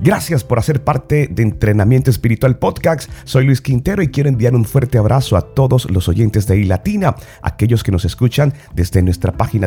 Gracias por hacer parte de Entrenamiento Espiritual Podcast. Soy Luis Quintero y quiero enviar un fuerte abrazo a todos los oyentes de iLatina, aquellos que nos escuchan desde nuestra página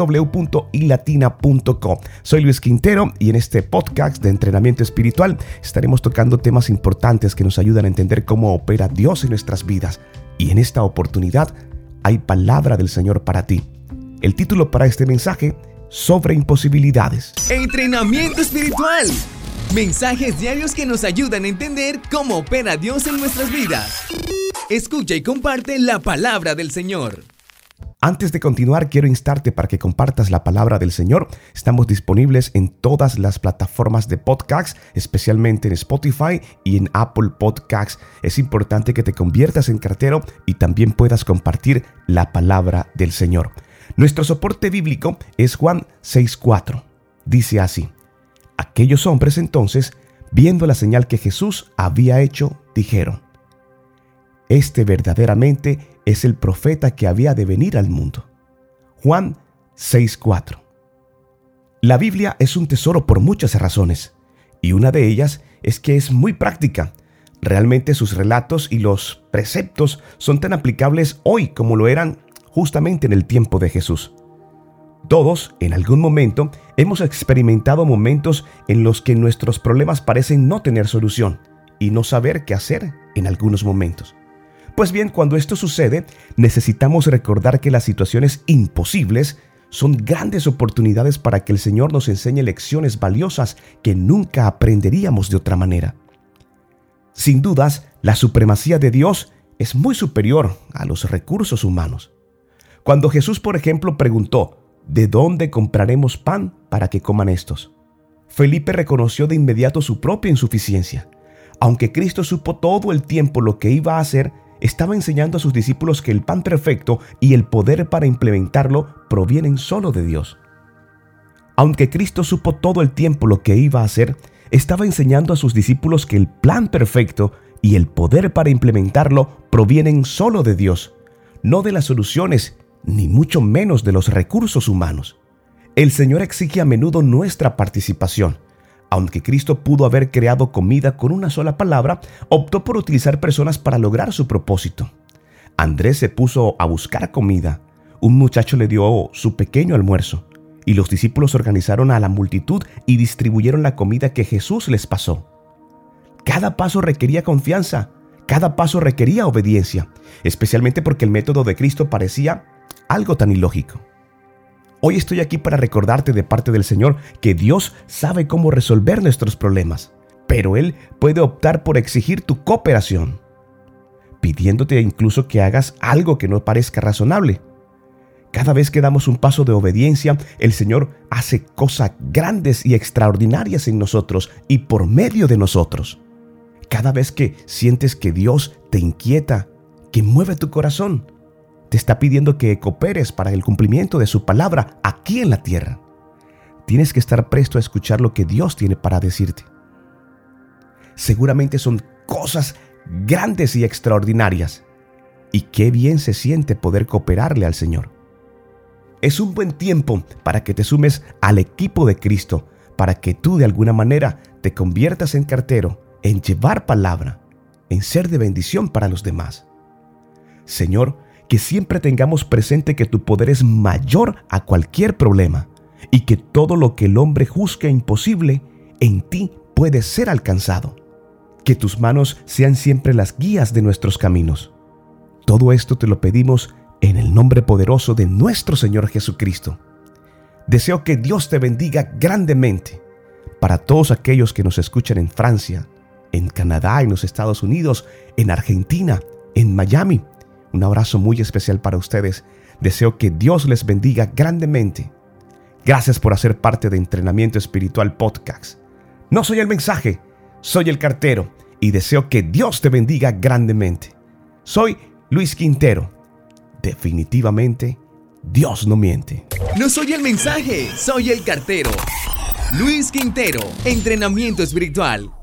www.ilatina.com. Soy Luis Quintero y en este podcast de Entrenamiento Espiritual estaremos tocando temas importantes que nos ayudan a entender cómo opera Dios en nuestras vidas. Y en esta oportunidad hay palabra del Señor para ti. El título para este mensaje: sobre imposibilidades. Entrenamiento Espiritual. Mensajes diarios que nos ayudan a entender cómo opera Dios en nuestras vidas. Escucha y comparte la palabra del Señor. Antes de continuar, quiero instarte para que compartas la palabra del Señor. Estamos disponibles en todas las plataformas de podcast, especialmente en Spotify y en Apple Podcasts. Es importante que te conviertas en cartero y también puedas compartir la palabra del Señor. Nuestro soporte bíblico es Juan 6:4. Dice así: aquellos hombres entonces, viendo la señal que Jesús había hecho, dijeron: este verdaderamente es el profeta que había de venir al mundo. Juan 6:4. La Biblia es un tesoro por muchas razones, y una de ellas es que es muy práctica. Realmente sus relatos y los preceptos son tan aplicables hoy como lo eran justamente en el tiempo de Jesús. Todos, en algún momento, hemos experimentado momentos en los que nuestros problemas parecen no tener solución y no saber qué hacer en algunos momentos. Pues bien, cuando esto sucede, necesitamos recordar que las situaciones imposibles son grandes oportunidades para que el Señor nos enseñe lecciones valiosas que nunca aprenderíamos de otra manera. Sin dudas, la supremacía de Dios es muy superior a los recursos humanos. Cuando Jesús, por ejemplo, preguntó: ¿de dónde compraremos pan para que coman estos?, Felipe reconoció de inmediato su propia insuficiencia. Aunque Cristo supo todo el tiempo lo que iba a hacer, estaba enseñando a sus discípulos que el pan perfecto y el poder para implementarlo provienen solo de Dios. Aunque Cristo supo todo el tiempo lo que iba a hacer, estaba enseñando a sus discípulos que el plan perfecto y el poder para implementarlo provienen solo de Dios, no de las soluciones, ni mucho menos de los recursos humanos. El Señor exige a menudo nuestra participación. Aunque Cristo pudo haber creado comida con una sola palabra, optó por utilizar personas para lograr su propósito. Andrés se puso a buscar comida. Un muchacho le dio su pequeño almuerzo, y los discípulos organizaron a la multitud y distribuyeron la comida que Jesús les pasó. Cada paso requería confianza, cada paso requería obediencia, especialmente porque el método de Cristo parecía algo tan ilógico. Hoy estoy aquí para recordarte de parte del Señor que Dios sabe cómo resolver nuestros problemas, pero Él puede optar por exigir tu cooperación, pidiéndote incluso que hagas algo que no parezca razonable. Cada vez que damos un paso de obediencia, el Señor hace cosas grandes y extraordinarias en nosotros y por medio de nosotros. Cada vez que sientes que Dios te inquieta, que mueve tu corazón, te está pidiendo que cooperes para el cumplimiento de su palabra aquí en la tierra. Tienes que estar presto a escuchar lo que Dios tiene para decirte. Seguramente son cosas grandes y extraordinarias. Y qué bien se siente poder cooperarle al Señor. Es un buen tiempo para que te sumes al equipo de Cristo, para que tú de alguna manera te conviertas en cartero, en llevar palabra, en ser de bendición para los demás. Señor, que siempre tengamos presente que tu poder es mayor a cualquier problema y que todo lo que el hombre juzga imposible, en ti puede ser alcanzado. Que tus manos sean siempre las guías de nuestros caminos. Todo esto te lo pedimos en el nombre poderoso de nuestro Señor Jesucristo. Deseo que Dios te bendiga grandemente. Para todos aquellos que nos escuchan en Francia, en Canadá, en los Estados Unidos, en Argentina, en Miami, un abrazo muy especial para ustedes. Deseo que Dios les bendiga grandemente. Gracias por hacer parte de Entrenamiento Espiritual Podcast. No soy el mensaje, soy el cartero y deseo que Dios te bendiga grandemente. Soy Luis Quintero. Definitivamente, Dios no miente. No soy el mensaje, soy el cartero. Luis Quintero, Entrenamiento Espiritual.